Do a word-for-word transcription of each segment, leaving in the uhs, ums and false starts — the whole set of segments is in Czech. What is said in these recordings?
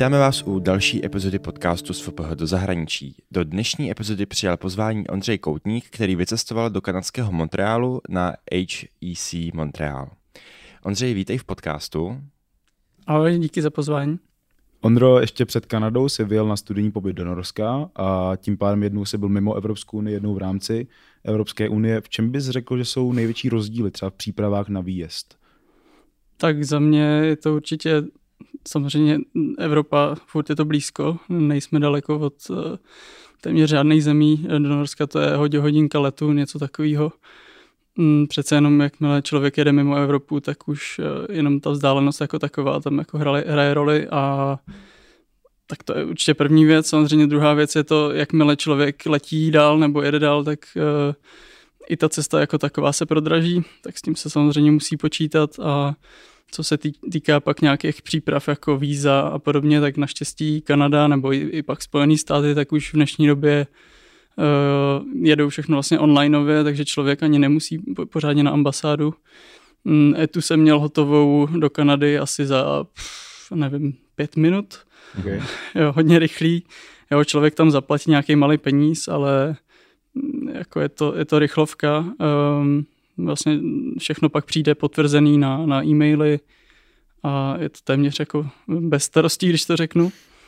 Vítáme vás u další epizody podcastu z F P H do zahraničí. Do dnešní epizody přijal pozvání Ondřej Koutník, který vycestoval do kanadského Montrealu na H E C Montreal. Ondřej, vítej v podcastu. Ahoj, díky za pozvání. Ondro, ještě před Kanadou si vyjel na studijní pobyt do Norska a tím pádem jednou si byl mimo Evropskou unii, jednou v rámci Evropské unie. V čem bys řekl, že jsou největší rozdíly třeba v přípravách na výjezd? Tak za mě je to určitě samozřejmě Evropa, furt je to blízko, nejsme daleko od téměř žádných zemí. Do Norska to je hodě hodinka letu, něco takového. Přece jenom jakmile člověk jede mimo Evropu, tak už jenom ta vzdálenost jako taková tam jako hraje, hraje roli a tak to je určitě první věc. Samozřejmě druhá věc je to, jakmile člověk letí dál nebo jede dál, tak uh, i ta cesta jako taková se prodraží, tak s tím se samozřejmě musí počítat a co se tý, týká pak nějakých příprav jako víza a podobně, tak naštěstí Kanada nebo i, i pak Spojené státy, tak už v dnešní době uh, jedou všechno vlastně onlineově, takže člověk ani nemusí po, pořádně na ambasádu. Mm, etu jsem měl hotovou do Kanady asi za, pff, nevím, pět minut. Okay. Jo, hodně rychlý. Jo, člověk tam zaplatí nějaký malý peníz, ale jako je to, je to rychlovka. Um, vlastně všechno pak přijde potvrzený na, na e-maily a je to téměř jako bez starostí, když to řeknu.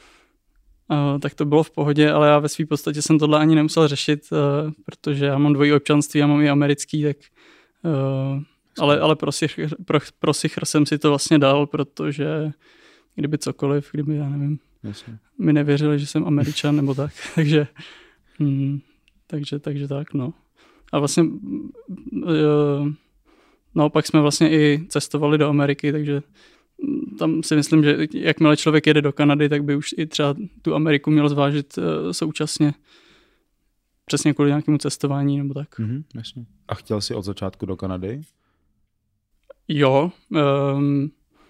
Uh, tak to bylo v pohodě, ale já ve své podstatě jsem tohle ani nemusel řešit, uh, protože já mám dvojí občanství, já mám i americký, tak uh, ale, ale pro, sichr, pro, pro sichr jsem si to vlastně dal, protože kdyby cokoliv, kdyby, já nevím, Jasně. mi nevěřili, že jsem Američan nebo tak, takže, hm, takže, takže tak, no. A vlastně uh, no pak jsme vlastně i cestovali do Ameriky, takže tam si myslím, že jakmile člověk jede do Kanady, tak by už i třeba tu Ameriku měl zvážit uh, současně přesně kvůli nějakému cestování nebo tak. Mm-hmm, jasně. A chtěl jsi od začátku do Kanady? Jo, um,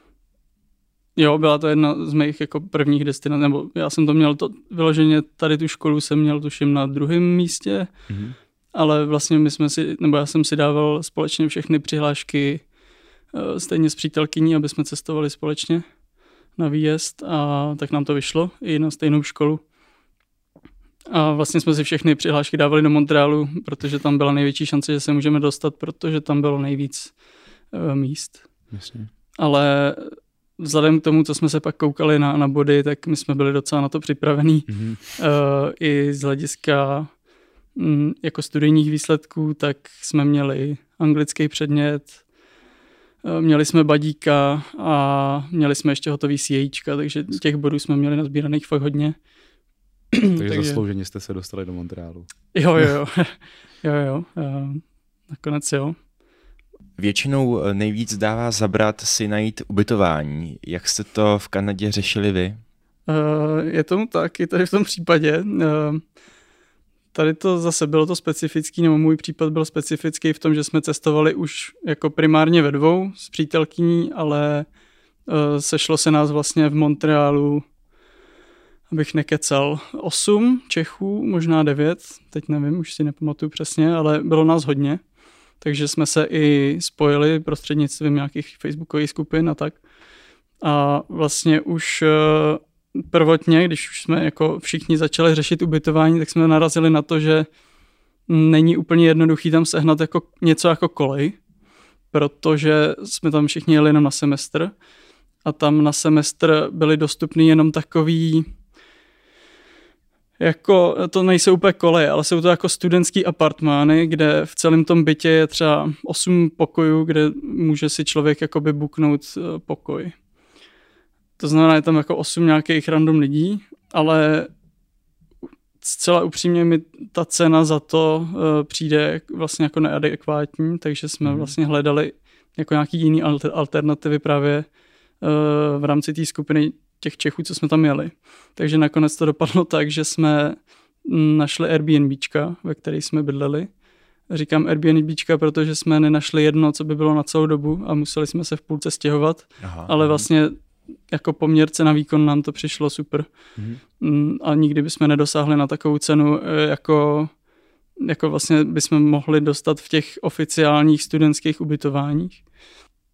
jo, byla to jedna z mých jako prvních destinací, nebo já jsem to měl to vyloženě, tady tu školu jsem měl tuším na druhém místě, mm-hmm. ale vlastně my jsme si, nebo já jsem si dával společně všechny přihlášky uh, stejně s přítelkyní, aby jsme cestovali společně na výjezd a tak nám to vyšlo i na stejnou školu. A vlastně jsme si všechny přihlášky dávali do Montrealu, protože tam byla největší šance, že se můžeme dostat, protože tam bylo nejvíc uh, míst. Jasně. Ale vzhledem k tomu, co jsme se pak koukali na, na body, tak my jsme byli docela na to připravení. Mm-hmm. Uh, I z hlediska um, jako studijních výsledků, tak jsme měli anglický předmět, uh, měli jsme badíka a měli jsme ještě hotový CAčka, takže těch bodů jsme měli nazbíraných fakt hodně. Takže, takže zaslouženě jste se dostali do Montrealu. Jo, jo, jo. jo, jo. Uh, nakonec jo. Většinou nejvíc dává zabrat si najít ubytování. Jak jste to v Kanadě řešili vy? Uh, je tomu tak, i tady v tom případě. Uh, tady to zase bylo to specifický, nebo můj případ byl specifický v tom, že jsme cestovali už jako primárně ve dvou s přítelkyní, ale uh, sešlo se nás vlastně v Montrealu, abych nekecal, osm Čechů, možná devět, teď nevím, už si nepamatuju přesně, ale bylo nás hodně. Takže jsme se i spojili prostřednictvím nějakých facebookových skupin a tak. A vlastně už prvotně, když už jsme jako všichni začali řešit ubytování, tak jsme narazili na to, že není úplně jednoduchý tam sehnat jako něco jako kolej, protože jsme tam všichni jeli jenom na semestr a tam na semestr byly dostupný jenom takový jako, to nejsou úplně koleje, ale jsou to jako studentský apartmány, kde v celém tom bytě je třeba osm pokojů, kde může si člověk jakoby booknout pokoj. To znamená, je tam jako osm nějakých random lidí, ale zcela upřímně mi ta cena za to uh, přijde vlastně jako neadekvátní, takže jsme mm. vlastně hledali jako nějaký jiný alternativy právě uh, v rámci té skupiny těch Čechů, co jsme tam jeli. Takže nakonec to dopadlo tak, že jsme našli Airbnbčka, ve které jsme bydleli. Říkám Airbnbčka, protože jsme nenašli jedno, co by bylo na celou dobu a museli jsme se v půlce stěhovat, Aha, ale vlastně jako poměr cena výkon nám to přišlo super. Mhm. A nikdy bychom nedosáhli na takovou cenu, jako, jako vlastně bychom mohli dostat v těch oficiálních studentských ubytováních.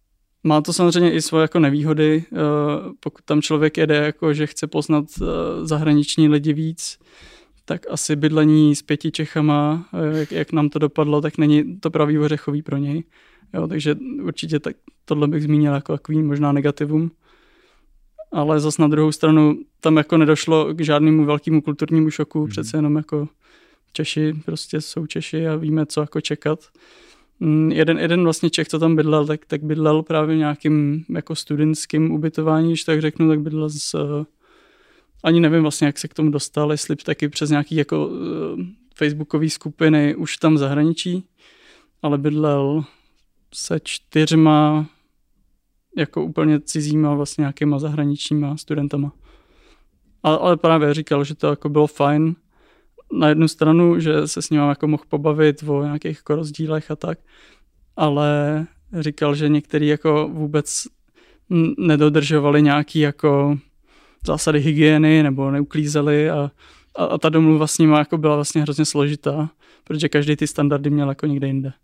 Má to samozřejmě i svoje jako nevýhody, pokud tam člověk jede, jako že chce poznat zahraniční lidi víc, tak asi bydlení s pěti Čechama, jak, jak nám to dopadlo, tak není to pravý ořechový pro něj. Jo, takže určitě tak, tohle bych zmínil jako takový možná negativum. Ale zas na druhou stranu tam jako nedošlo k žádnému velkému kulturnímu šoku, mm. přece jenom jako Češi prostě jsou Češi a víme, co jako čekat. Jeden, jeden vlastně Čech, co tam bydlel, tak, tak bydlel právě v nějakým jako studentským ubytování, když tak řeknu, tak bydlel z... Ani nevím vlastně, jak se k tomu dostal, jestli taky přes nějaký jako uh, facebookový skupiny už tam v zahraničí, ale bydlel se čtyřma jako úplně cizíma vlastně nějakýma zahraničníma studentama. Ale, ale právě říkal, že to jako bylo fajn na jednu stranu, že se s ním jako mohl pobavit o nějakých jako rozdílech a tak, ale říkal, že některý jako vůbec nedodržovali nějaký jako zásady hygieny nebo neuklízeli a, a, a ta domluva s nima jako byla vlastně hrozně složitá, protože každý ty standardy měl jako někde jinde.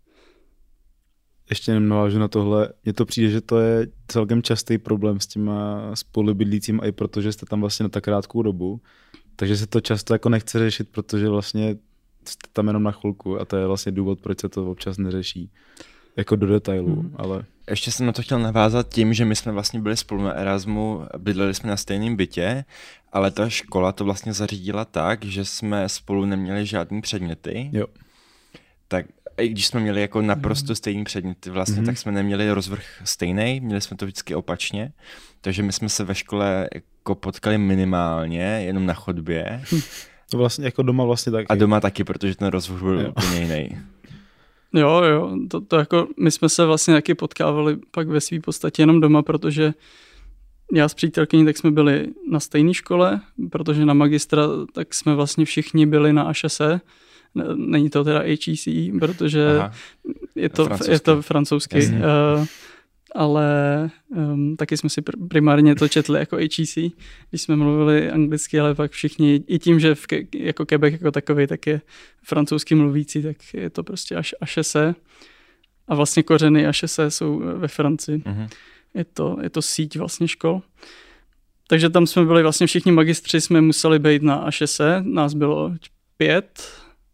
Ještě jenom navážu na tohle, mně to přijde, že to je celkem častý problém s těma spolubydlícíma, i protože jste tam vlastně na tak krátkou dobu, takže se to často jako nechce řešit, protože vlastně jste tam jenom na chvilku a to je vlastně důvod, proč se to občas neřeší jako do detailu, hmm. ale... Ještě jsem na to chtěl navázat tím, že my jsme vlastně byli spolu na Erasmu, bydleli jsme na stejném bytě, ale ta škola to vlastně zařídila tak, že jsme spolu neměli žádný předměty. Jo. Tak i když jsme měli jako naprosto stejný předměty vlastně, mm-hmm. tak jsme neměli rozvrh stejný, měli jsme to vždycky opačně, takže my jsme se ve škole jako potkali minimálně, jenom na chodbě. To vlastně jako doma vlastně taky. A doma taky, protože ten rozvrh byl jo. úplně jiný. Jo, jo, to, to jako, my jsme se vlastně taky potkávali pak ve své podstatě jenom doma, protože já s přítelkyní tak jsme byli na stejné škole, protože na magistra tak jsme vlastně všichni byli na H S E, není to teda H E C, protože Aha, je, to, je to francouzsky, uh, ale um, taky jsme si pr- primárně to četli jako H E C, když jsme mluvili anglicky, ale pak všichni, i tím, že v ke, jako Quebec jako takový, tak je francouzsky mluvící, tak je to prostě až H S E a vlastně kořeny H S E jsou ve Francii. Uh-huh. Je to, je to síť vlastně škol. Takže tam jsme byli vlastně všichni magistři, jsme museli být na H S E, nás bylo pět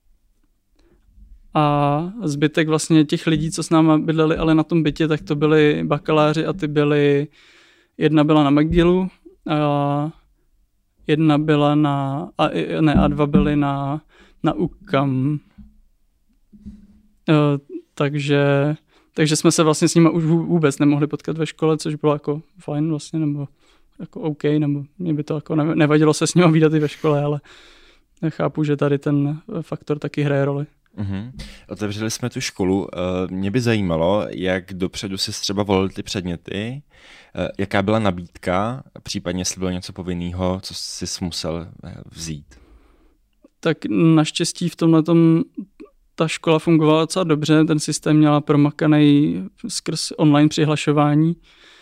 a zbytek vlastně těch lidí, co s náma bydleli, ale na tom bytě, tak to byli bakaláři a ty byli, jedna byla na McGillu a jedna byla na, a, ne, a dva byly na, na U Q A M. E, takže, takže jsme se vlastně s nimi už vůbec nemohli potkat ve škole, což bylo jako fajn vlastně, nebo jako OK, nebo mě by to jako nevadilo se s nimi vídat i ve škole, ale chápu, že tady ten faktor taky hraje roli. Uhum. Otevřeli jsme tu školu. Mě by zajímalo, jak dopředu si třeba volili ty předměty, jaká byla nabídka, případně jestli bylo něco povinného, co jsi musel vzít. Tak naštěstí v tomhletom ta škola fungovala docela dobře, ten systém měla promakaný skrz online přihlašování.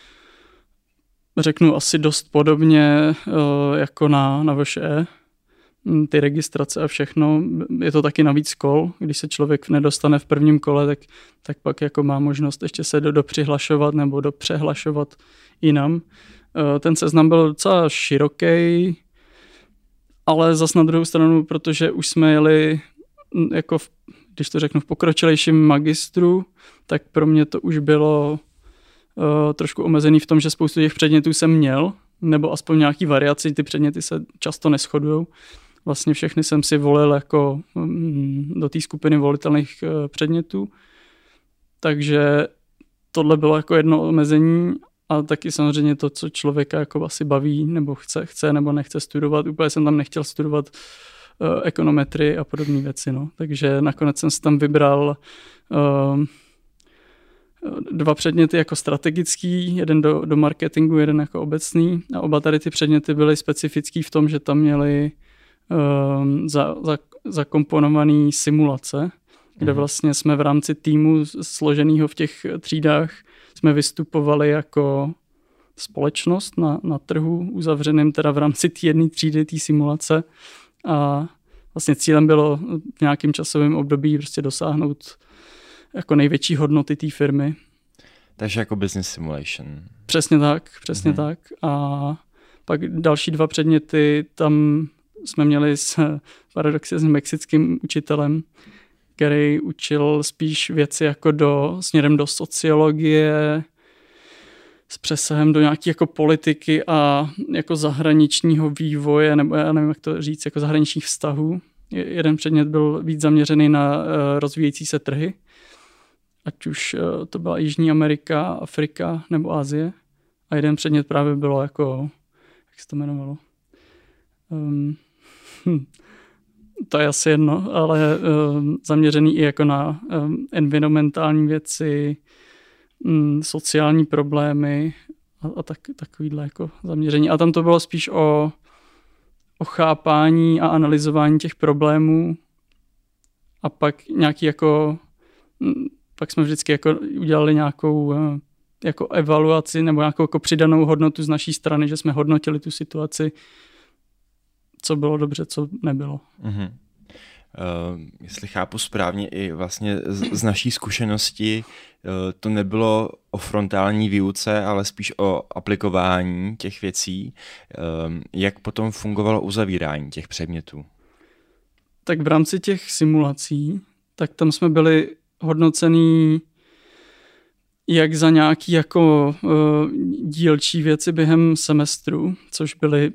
Řeknu asi dost podobně jako na, na V Š E. Ty registrace a všechno, je to taky navíc kol, když se člověk nedostane v prvním kole, tak, tak pak jako má možnost ještě se do, dopřihlašovat nebo dopřehlašovat jinam. Ten seznam byl docela široký, ale zas na druhou stranu, protože už jsme jeli, jako v, když to řeknu, v pokročilejším magistru, tak pro mě to už bylo uh, trošku omezený v tom, že spoustu těch předmětů jsem měl, nebo aspoň nějaký variaci, ty předměty se často neshodujou. Vlastně všechny jsem si volil jako do té skupiny volitelných předmětů. Takže tohle bylo jako jedno omezení a taky samozřejmě to, co člověka jako asi baví, nebo chce, chce nebo nechce studovat. Úplně jsem tam nechtěl studovat uh, ekonometrii a podobné věci. No. Takže nakonec jsem si tam vybral uh, dva předměty jako strategický, jeden do, do marketingu, jeden jako obecný. A oba tady ty předměty byly specifický v tom, že tam měli um, za, za, zakomponovaný simulace, kde vlastně jsme v rámci týmu složeného v těch třídách jsme vystupovali jako společnost na, na trhu uzavřeném teda v rámci té jedné třídy, té simulace. A vlastně cílem bylo v nějakém časovém období prostě dosáhnout jako největší hodnoty té firmy. Takže jako business simulation. Přesně tak, přesně mm. tak. A pak další dva předměty, tam jsme měli s paradoxně s mexickým učitelem, který učil spíš věci jako do, směrem do sociologie, s přesahem do nějaké jako politiky a jako zahraničního vývoje, nebo já nevím, jak to říct, jako zahraničních vztahů. Jeden předmět byl víc zaměřený na uh, rozvíjející se trhy, ať už uh, to byla Jižní Amerika, Afrika nebo Asie. A jeden předmět právě bylo jako, jak se to jmenovalo? Um, hm, to je asi jedno, ale um, zaměřený i jako na um, environmentální věci, um, sociální problémy a, a tak, takovýhle jako zaměření. A tam to bylo spíš o, o chápání a analyzování těch problémů a pak nějaký jako, pak jsme vždycky jako udělali nějakou jako evaluaci nebo nějakou jako přidanou hodnotu z naší strany, že jsme hodnotili tu situaci, co bylo dobře, co nebylo. Mm-hmm. Uh, jestli chápu správně, i vlastně z, z naší zkušenosti uh, to nebylo o frontální výuce, ale spíš o aplikování těch věcí. Uh, jak potom fungovalo uzavírání těch předmětů? Tak v rámci těch simulací, tak tam jsme byli hodnocený jak za nějaký jako uh, dílčí věci během semestru, což byly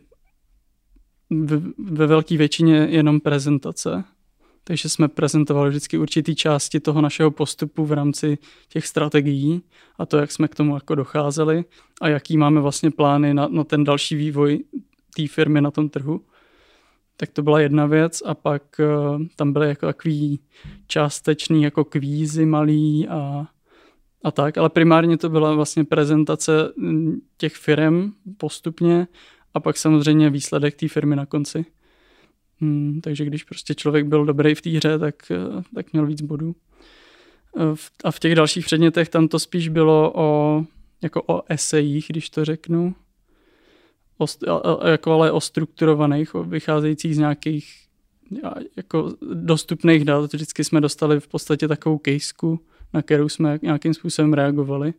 ve, ve velké většině jenom prezentace. Takže jsme prezentovali vždycky určitý části toho našeho postupu v rámci těch strategií a to, jak jsme k tomu jako docházeli a jaký máme vlastně plány na, na ten další vývoj té firmy na tom trhu. Tak to byla jedna věc a pak uh, tam byly jako takový částečný jako kvízy malý a, a tak, ale primárně to byla vlastně prezentace těch firem postupně a pak samozřejmě výsledek té firmy na konci. Hmm, takže když prostě člověk byl dobrý v té hře, tak, tak měl víc bodů. A v těch dalších předmětech tam to spíš bylo o, jako o esejích, když to řeknu. O, jako ale o strukturovaných, o vycházejících z nějakých jako dostupných dat. Vždycky jsme dostali v podstatě takovou kejsku, na kterou jsme nějakým způsobem reagovali.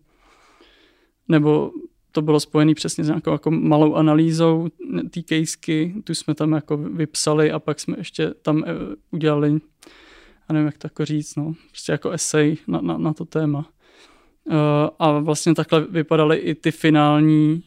Nebo to bylo spojené přesně s nějakou jako malou analýzou té kejsky, tu jsme tam jako vypsali a pak jsme ještě tam udělali, já nevím, jak to jako říct, no, prostě jako esej na, na, na to téma. A vlastně takhle vypadaly i ty finální,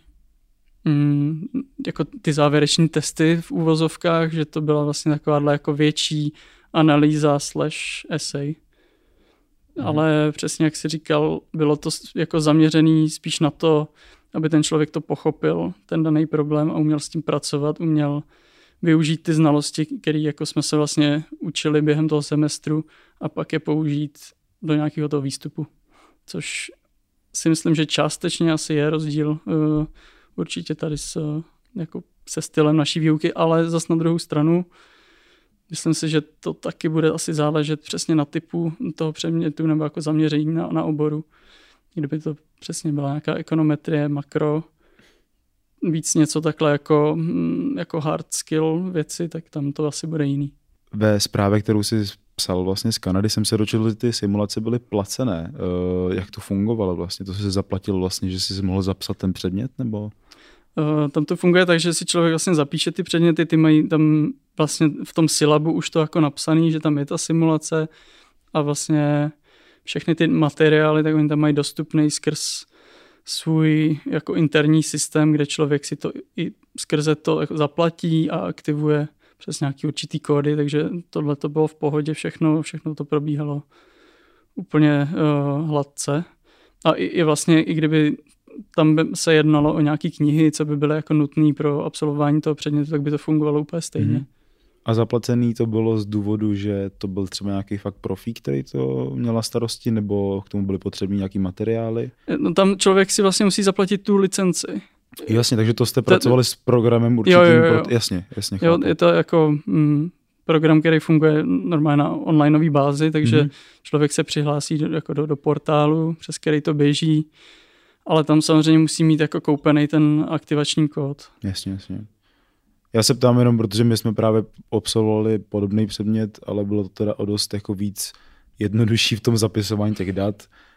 mm, jako ty závěreční testy v úvozovkách, že to byla vlastně takováhle jako větší analýza slash esej. Hmm. Ale přesně jak jsi říkal, bylo to jako zaměřený spíš na to, aby ten člověk to pochopil, ten daný problém a uměl s tím pracovat, uměl využít ty znalosti, které jako jsme se vlastně učili během toho semestru a pak je použít do nějakého toho výstupu. Což si myslím, že částečně asi je rozdíl uh, určitě tady s, jako se stylem naší výuky, ale zas na druhou stranu myslím si, že to taky bude asi záležet přesně na typu toho předmětu nebo jako zaměření na, na oboru. Kdyby to přesně byla nějaká ekonometrie, makro, víc něco takhle jako, jako hard skill věci, tak tam to asi bude jiný. Ve zprávě, kterou jsi psal vlastně z Kanady, jsem se dočetl, že ty simulace byly placené. Uh, jak to fungovalo vlastně? To jsi zaplatil vlastně, že jsi mohl zapsat ten předmět, nebo? Uh, tam to funguje tak, že si člověk vlastně zapíše ty předměty, ty mají tam vlastně v tom syllabu už to jako napsaný, že tam je ta simulace a vlastně všechny ty materiály, tak oni tam mají dostupný skrz svůj jako interní systém, kde člověk si to i skrze to jako zaplatí a aktivuje přes nějaký určitý kódy, takže tohle to bylo v pohodě, všechno, všechno to probíhalo úplně uh, hladce. A i, i vlastně, i kdyby tam by se jednalo o nějaké knihy, co by byly jako nutné pro absolvování toho předmětu, tak by to fungovalo úplně stejně. Mm-hmm. A zaplacený to bylo z důvodu, že to byl třeba nějaký fakt profík, který to měla starosti, nebo k tomu byly potřební nějaký materiály? No tam člověk si vlastně musí zaplatit tu licenci. Jasně, takže to jste pracovali to, s programem určitým. Jo, jo, jo. Pro... Jasně, jasně. Jo, je to jako mm, program, který funguje normálně na onlineové bázi, takže mm-hmm. člověk se přihlásí do, jako do, do portálu, přes který to běží, ale tam samozřejmě musí mít jako koupený ten aktivační kód. Jasně, jasně. Já se ptám jenom, protože my jsme právě absolvovali podobný předmět, ale bylo to teda o dost jako víc jednodušší v tom zapisování těch dat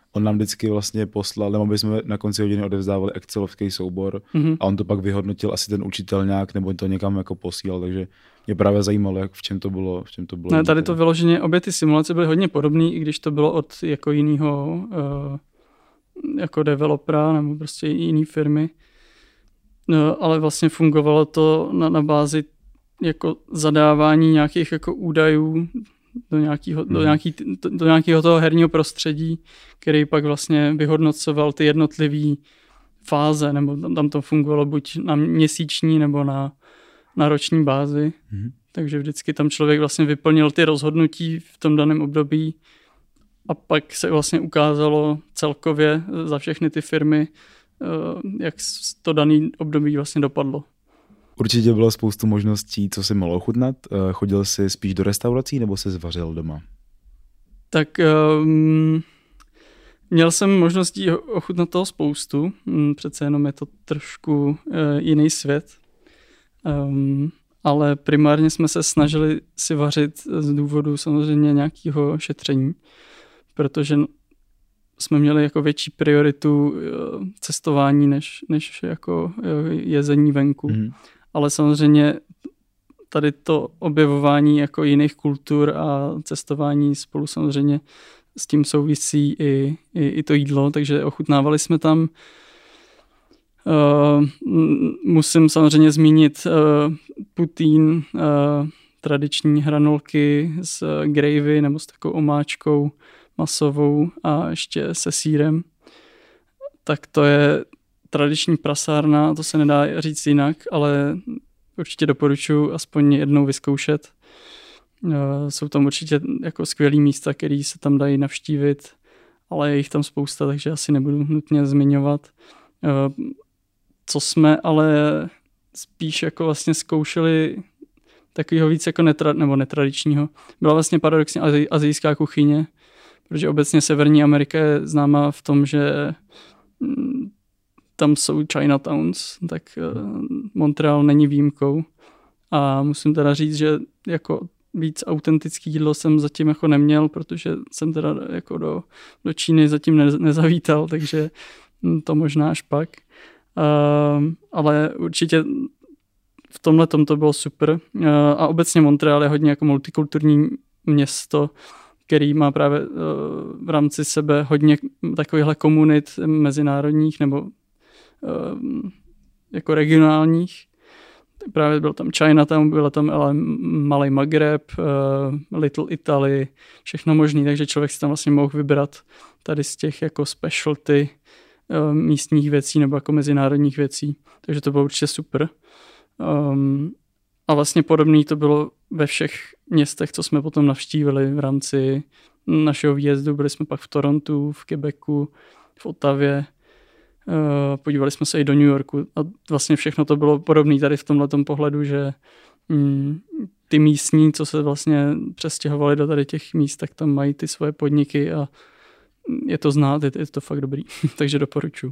on nám vždycky vlastně poslal, nebo my jsme na konci hodiny odevzdávali excelovský soubor mm-hmm. a on to pak vyhodnotil asi ten učitel nějak, nebo to někam jako posílal, takže mě právě zajímalo, jak v čem to bylo. V čem to bylo ne, tady to vyloženě, obě ty simulace byly hodně podobné, i když to bylo od jako jiného uh, jako developera nebo prostě jiný firmy. No, ale vlastně fungovalo to na, na bázi jako zadávání nějakých jako údajů do nějakého, hmm. do, nějaký, do, do nějakého toho herního prostředí, který pak vlastně vyhodnocoval ty jednotlivé fáze, nebo tam, tam to fungovalo buď na měsíční nebo na, na roční bázi. Hmm. Takže vždycky tam člověk vlastně vyplnil ty rozhodnutí v tom daném období a pak se vlastně ukázalo celkově za všechny ty firmy, jak to daný období vlastně dopadlo. Určitě bylo spoustu možností, co si mohl ochutnat. Chodil jsi spíš do restaurací nebo se zvařil doma? Tak um, měl jsem možností ochutnat toho spoustu. Přece jenom je to trošku uh, jiný svět. Um, ale primárně jsme se snažili si vařit z důvodu samozřejmě nějakého šetření, protože jsme měli jako větší prioritu cestování než, než jako jezení venku. Mm. Ale samozřejmě tady to objevování jako jiných kultur a cestování spolu samozřejmě s tím souvisí i, i, i to jídlo, takže ochutnávali jsme tam. Uh, musím samozřejmě zmínit uh, putín, uh, tradiční hranolky s gravy nebo s takovou omáčkou masovou a ještě se sýrem. Tak to je tradiční prasárna, to se nedá říct jinak, ale určitě doporučuji aspoň jednou vyzkoušet. Jsou tam určitě jako skvělý místa, které se tam dají navštívit, ale je jich tam spousta, takže asi nebudu nutně zmiňovat. Co jsme ale spíš jako vlastně zkoušeli takového víc jako netra, nebo netradičního. Byla vlastně paradoxně asijská kuchyně, protože obecně Severní Amerika je známá v tom, že tam jsou Chinatowns, tak Montreal není výjimkou. A musím teda říct, že jako víc autentický jídlo jsem zatím jako neměl, protože jsem teda jako do, do Číny zatím ne, nezavítal, takže to možná až pak. Uh, ale určitě v tomhle tom to bylo super. Uh, a obecně Montreal je hodně jako multikulturní město, který má právě uh, v rámci sebe hodně takovýchhle komunit mezinárodních nebo uh, jako regionálních. Právě byl tam Chinatown, byl tam ale Malý Magreb, uh, Little Italy, všechno možný, takže člověk si tam vlastně mohl vybrat tady z těch jako specialty uh, místních věcí nebo jako mezinárodních věcí. Takže to bylo určitě super. Um, a vlastně podobný to bylo ve všech městech, co jsme potom navštívili v rámci našeho výjezdu. Byli jsme pak v Torontu, v Quebecu, v Ottavě. Uh, podívali jsme se i do New Yorku a vlastně všechno to bylo podobné tady v tomhletom pohledu, že mm, ty místní, co se vlastně přestěhovali do tady těch míst, tak tam mají ty svoje podniky a je to znát, je, je to fakt dobrý, takže doporučuji.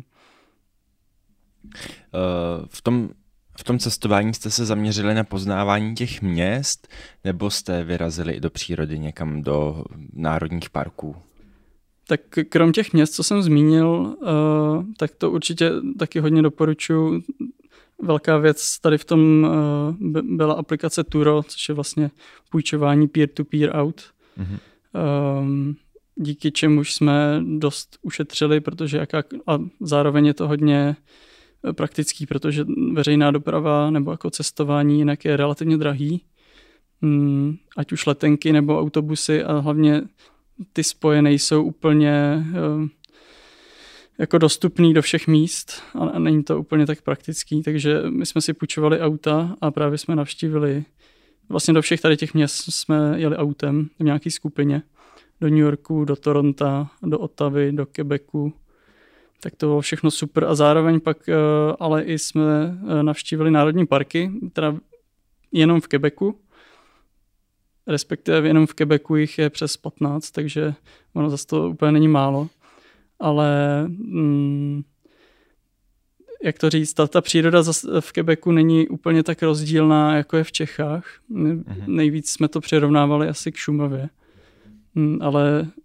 Uh, v tom V tom cestování jste se zaměřili na poznávání těch měst, nebo jste vyrazili i do přírody někam do národních parků? Tak krom těch měst, co jsem zmínil, tak to určitě taky hodně doporučuji. Velká věc tady v tom byla aplikace Turo, což je vlastně půjčování peer-to-peer aut. Mm-hmm. Díky čemuž jsme dost ušetřili, protože jaká, a zároveň je to hodně praktický, protože veřejná doprava nebo jako cestování jinak je relativně drahý. Ať už letenky nebo autobusy a hlavně ty spoje nejsou úplně jako dostupný do všech míst a není to úplně tak praktický, takže my jsme si půjčovali auta a právě jsme navštívili vlastně do všech tady těch měst jsme jeli autem v nějaké skupině. Do New Yorku, do Toronta, do Ottavy, do Quebecu. Tak to bylo všechno super a zároveň pak ale i jsme navštívili národní parky, teda jenom v Quebecu, respektive jenom v Quebecu jich je přes patnáct, takže ono zase to úplně není málo, ale mm, jak to říct, ta, ta příroda v Quebecu není úplně tak rozdílná, jako je v Čechách. Mm-hmm. Nejvíc jsme to přirovnávali asi k Šumavě, mm, ale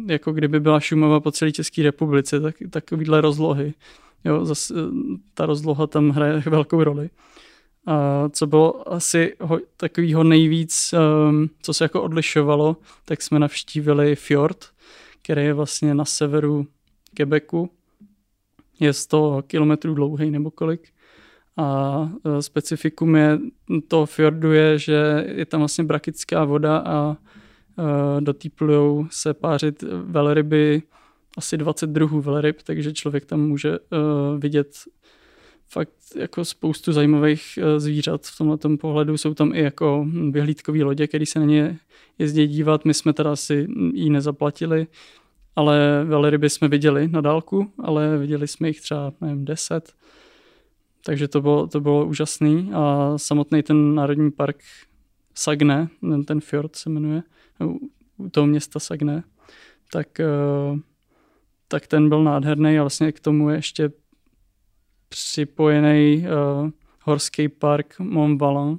jako kdyby byla Šumava po celé České republice, tak, takovýhle rozlohy. Jo, zase ta rozloha tam hraje velkou roli. A co bylo asi ho, takovýho nejvíc, um, co se jako odlišovalo, tak jsme navštívili fjord, který je vlastně na severu Quebecu. Je sto kilometrů dlouhý nebo kolik. A uh, specifikum je toho fjordu je, že je tam vlastně brakická voda a uh, do té plujou se pářit velryby, asi dvacet druhů velryb, takže člověk tam může uh, vidět fakt jako spoustu zajímavých zvířat v tomhletom pohledu. Jsou tam i jako vyhlídkové lodě, které se na ně jezdí dívat. My jsme teda asi jí nezaplatili, ale velryby jsme viděli na dálku, ale viděli jsme jich třeba, nevím, deset. Takže to bylo, to bylo úžasný. A samotný ten národní park Sagne, ten fjord se jmenuje, u toho města Sagne, tak, tak ten byl nádherný a vlastně k tomu je ještě připojený uh, horský park Mont Blanc,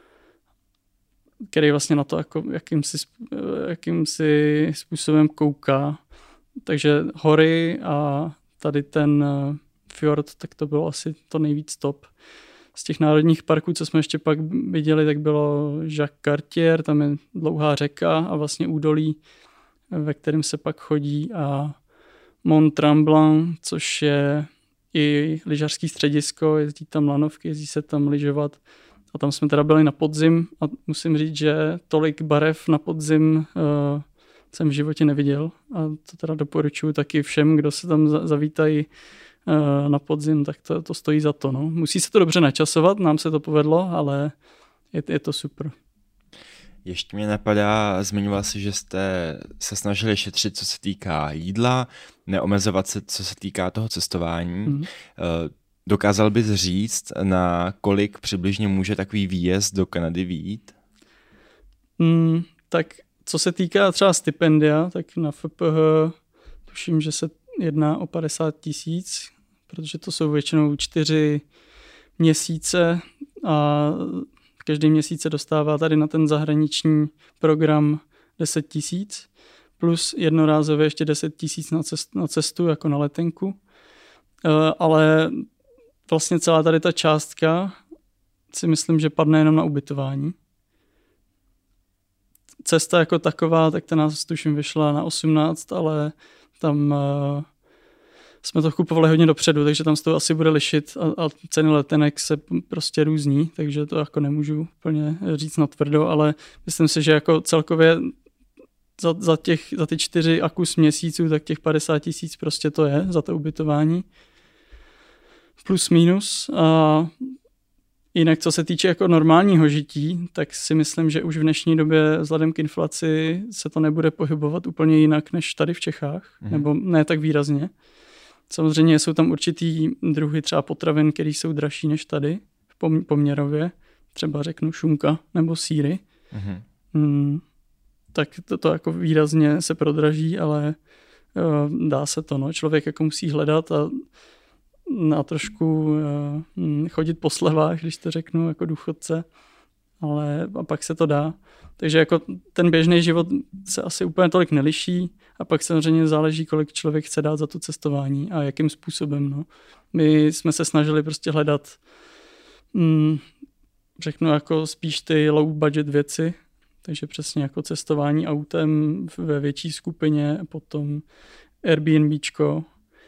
který vlastně na to jako jakýmsi, jakýmsi způsobem kouká. Takže hory a tady ten uh, fjord, tak to bylo asi to nejvíc top. Z těch národních parků, co jsme ještě pak viděli, tak bylo Jacques Cartier, tam je dlouhá řeka a vlastně údolí, ve kterém se pak chodí, a Mont Tremblant, což je i lyžařský středisko, jezdí tam lanovky, jezdí se tam lyžovat. A tam jsme teda byli na podzim a musím říct, že tolik barev na podzim uh, jsem v životě neviděl. A to teda doporučuji taky všem, kdo se tam za- zavítají uh, na podzim, tak to, to stojí za to. No. Musí se to dobře načasovat, nám se to povedlo, ale je, je to super. Ještě mě napadá, zmiňoval si, že jste se snažili šetřit, co se týká jídla, neomezovat se, co se týká toho cestování. Mm. Dokázal bys říct, na kolik přibližně může takový výjezd do Kanady vyjít? Mm, tak co se týká třeba stipendia, tak na F P H tuším, že se jedná o padesát tisíc, protože to jsou většinou čtyři měsíce a každý měsíc se dostává tady na ten zahraniční program deset tisíc, plus jednorázově ještě deset tisíc na, cest, na cestu, jako na letenku. Uh, ale vlastně celá tady ta částka si myslím, že padne jenom na ubytování. Cesta jako taková, tak ta nás tuším vyšla na osmnáct, ale tam uh, jsme to kupovali hodně dopředu, takže tam se to asi bude lišit a, a ceny letenek se prostě různí, takže to jako nemůžu úplně říct natvrdo, ale myslím si, že jako celkově za, za, těch, za ty čtyři a kus měsíců, tak těch padesát tisíc prostě to je za to ubytování. Plus minus. A jinak, co se týče jako normálního žití, tak si myslím, že už v dnešní době vzhledem k inflaci se to nebude pohybovat úplně jinak než tady v Čechách, mm. nebo ne tak výrazně. Samozřejmě jsou tam určitý druhy třeba potravin, které jsou dražší než tady poměrově. Třeba řeknu šunka nebo sýry. Mm-hmm. Mm, tak to, to jako výrazně se prodraží, ale uh, dá se to. No. Člověk jako musí hledat a, a trošku uh, chodit po slevách, když to řeknu, jako důchodce. Ale a pak se to dá. Takže jako ten běžný život se asi úplně tolik neliší a pak samozřejmě záleží, kolik člověk chce dát za to cestování a jakým způsobem. No. My jsme se snažili prostě hledat, mm, řeknu jako spíš ty low budget věci, takže přesně jako cestování autem ve větší skupině, potom Airbnbčko,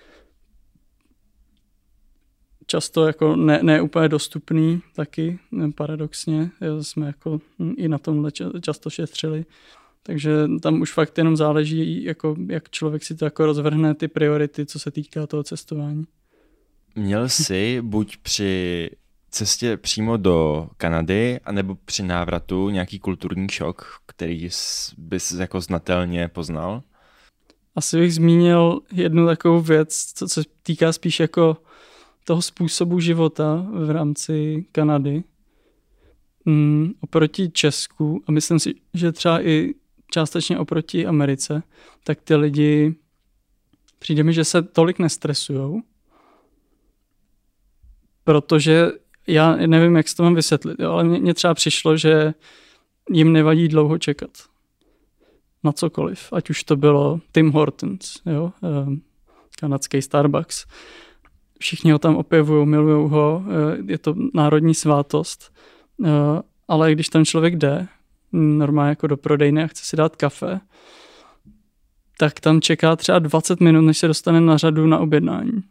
často jako ne, ne úplně dostupný taky, paradoxně. Jsme jako i na tomhle často šetřili. Takže tam už fakt jenom záleží, jako, jak člověk si to jako rozvrhne ty priority, co se týká toho cestování. Měl jsi buď při cestě přímo do Kanady, anebo při návratu nějaký kulturní šok, který bys jako znatelně poznal? Asi bych zmínil jednu takovou věc, co se týká spíš jako toho způsobu života v rámci Kanady mm, oproti Česku a myslím si, že třeba i částečně oproti Americe, tak ty lidi přijde mi, že se tolik nestresujou, protože já nevím, jak si to mám vysvětlit, jo, ale mně třeba přišlo, že jim nevadí dlouho čekat. na cokoliv. Ať už to bylo Tim Hortons, jo, kanadský Starbucks. Všichni ho tam opěvují, milují ho, je to národní svátost. Ale když tam člověk jde, normálně jako do prodejny a chce si dát kafe, tak tam čeká třeba dvacet minut, než se dostane na řadu na objednání.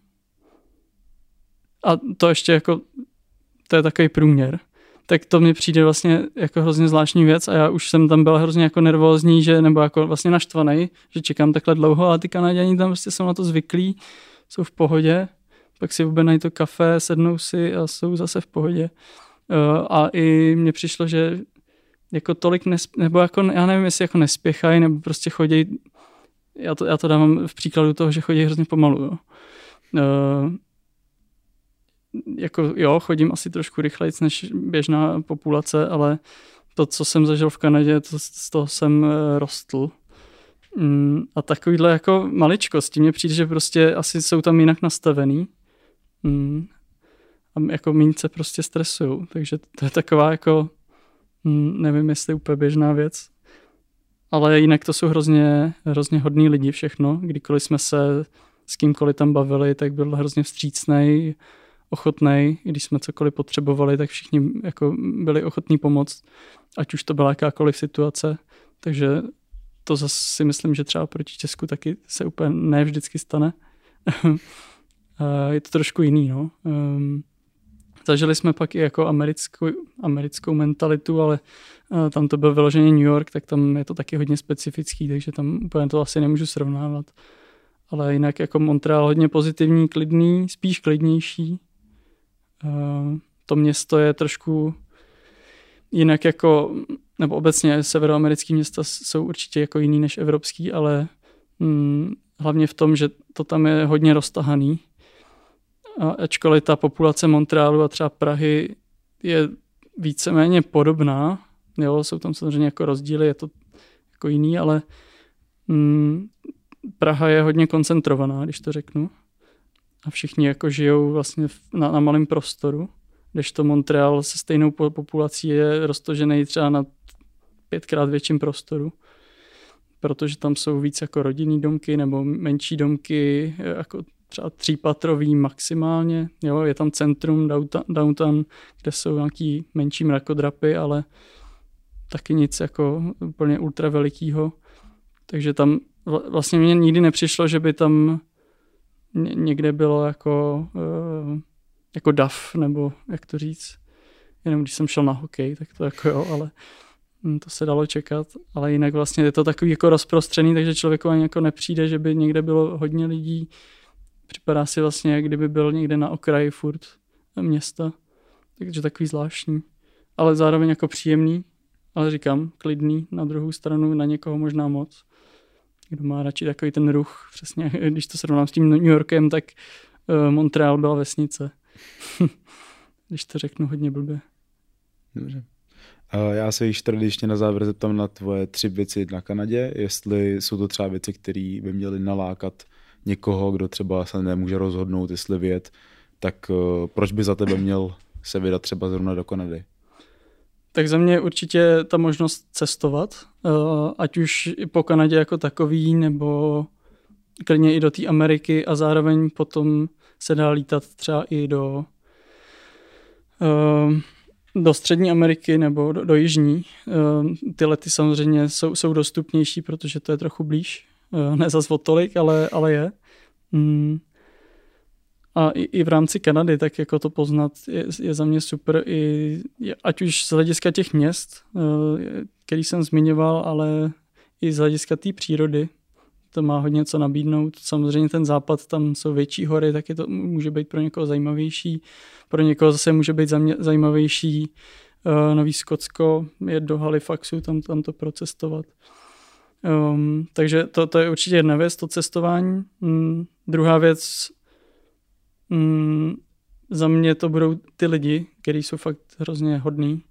A to ještě jako, to je takový průměr. Tak to mi přijde vlastně jako hrozně zvláštní věc a já už jsem tam byl hrozně jako nervózní, že, nebo jako vlastně naštvaný, že čekám takhle dlouho, ale ty Kanaďani tam prostě jsou na to zvyklí, jsou v pohodě, pak si objednají to kafe, sednou si a jsou zase v pohodě. A i mně přišlo, že jako tolik, nesp- nebo jako, já nevím, jestli jako nespěchají, nebo prostě chodí, já to, já to dávám v příkladu toho, že chodí hrozně pomalu, jo. Uh, jako jo, chodím asi trošku rychlejc než běžná populace, ale to, co jsem zažil v Kanadě, to, z toho jsem uh, rostl. Um, a takovýhle jako maličkosti, mně přijde, že prostě asi jsou tam jinak nastavený. Um, a jako méně se prostě stresujou, takže to je taková jako, um, nevím, jestli úplně běžná věc. Ale jinak to jsou hrozně, hrozně hodný lidi všechno. Kdykoliv jsme se s kýmkoliv tam bavili, tak byl hrozně vstřícnej, ochotnej. Když jsme cokoliv potřebovali, tak všichni jako byli ochotní pomoct. Ať už to byla jakákoliv situace. Takže to zase si myslím, že třeba proti Česku taky se úplně ne vždycky stane. Je to trošku jiný, no. Zažili jsme pak i jako americkou, americkou mentalitu, ale uh, tam to byl vyloženě New York, tak tam je to taky hodně specifický, takže tam úplně to asi nemůžu srovnávat. Ale jinak jako Montreal hodně pozitivní, klidný, spíš klidnější. Uh, to město je trošku jinak jako, nebo obecně severoamerický města jsou určitě jako jiný než evropský, ale hm, hlavně v tom, že to tam je hodně roztahaný. A ačkoliv ta populace Montrealu a třeba Prahy je víceméně podobná, jo, jsou tam samozřejmě jako rozdíly, je to jako jiný, ale mm, Praha je hodně koncentrovaná, když to řeknu. A všichni jako žijou vlastně na, na malém prostoru, kdežto Montreal se stejnou populací je roztožený třeba na pětkrát větším prostoru, protože tam jsou víc jako rodinný domky nebo menší domky, jako třeba třípatrový maximálně, jo, je tam centrum, downtown, kde jsou nějaký menší mrakodrapy, ale taky nic jako úplně ultra velikýho. Takže tam vlastně mě nikdy nepřišlo, že by tam někde bylo jako, jako dav, nebo jak to říct, jenom když jsem šel na hokej, tak to jako jo, ale to se dalo čekat, ale jinak vlastně je to takový jako rozprostřený, takže člověku ani jako nepřijde, že by někde bylo hodně lidí. Připadá si vlastně, jak kdyby byl někde na okraji furt města. Takže takový zvláštní. Ale zároveň jako příjemný. Ale říkám, klidný. Na druhou stranu na někoho možná moc. Kdo má radši takový ten ruch. Přesně, když to srovnám s tím New Yorkem, tak uh, Montreal byla vesnice. Když to řeknu hodně blbě. Dobře. Já se již tradičně na závěr zeptám na tvoje tři věci na Kanadě. Jestli jsou to třeba věci, které by měly nalákat někoho, kdo třeba se nemůže rozhodnout, jestli vyjet, tak uh, proč by za tebe měl se vydat třeba zrovna do Kanady? Tak za mě určitě ta možnost cestovat, uh, ať už i po Kanadě jako takový, nebo klidně i do té Ameriky a zároveň potom se dá lítat třeba i do, uh, do Střední Ameriky nebo do, do Jižní. Uh, ty lety samozřejmě jsou, jsou dostupnější, protože to je trochu blíž. Ne zas o tolik, ale, ale je. Mm. A i, i v rámci Kanady, tak jako to poznat je, je za mě super, i, ať už z hlediska těch měst, který jsem zmiňoval, ale i z hlediska té přírody. To má hodně co nabídnout. Samozřejmě ten západ, tam jsou větší hory, tak je to může být pro někoho zajímavější. Pro někoho zase může být zajímavější Nový Skotsko, jet do Halifaxu, tam, tam to procestovat. Um, takže to, to je určitě jedna věc, to cestování. Um, druhá věc, um, za mě to budou ty lidi, kteří jsou fakt hrozně hodný.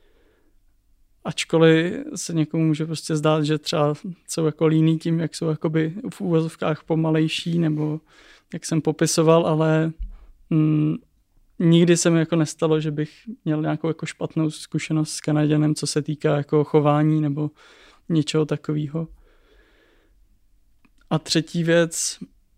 Ačkoliv se někomu může prostě zdát, že třeba jsou jako líný tím, jak jsou jakoby v úvozovkách pomalejší, nebo jak jsem popisoval, ale um, nikdy se mi jako nestalo, že bych měl nějakou jako špatnou zkušenost s Kanaďanem, co se týká jako chování nebo něčeho takového. A třetí věc,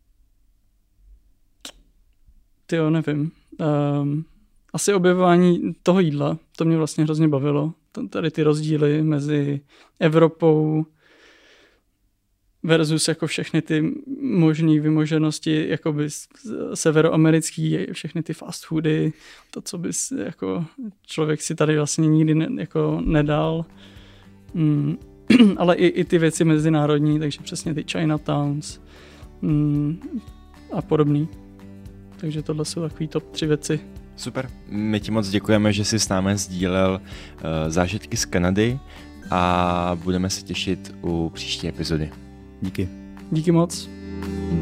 tyjo, nevím, um, asi objevování toho jídla, to mě vlastně hrozně bavilo. Tady ty rozdíly mezi Evropou versus jako všechny ty možné vymoženosti, jakoby severoamerický, všechny ty fast foody, to, co bys jako člověk si tady vlastně nikdy ne, jako nedal. Mm, ale i, i ty věci mezinárodní, takže přesně ty Chinatowns mm, a podobný. Takže tohle jsou takový top tři věci. Super, my ti moc děkujeme, že jsi s námi sdílel uh, zážitky z Kanady a budeme se těšit u příští epizody. Díky. Díky moc.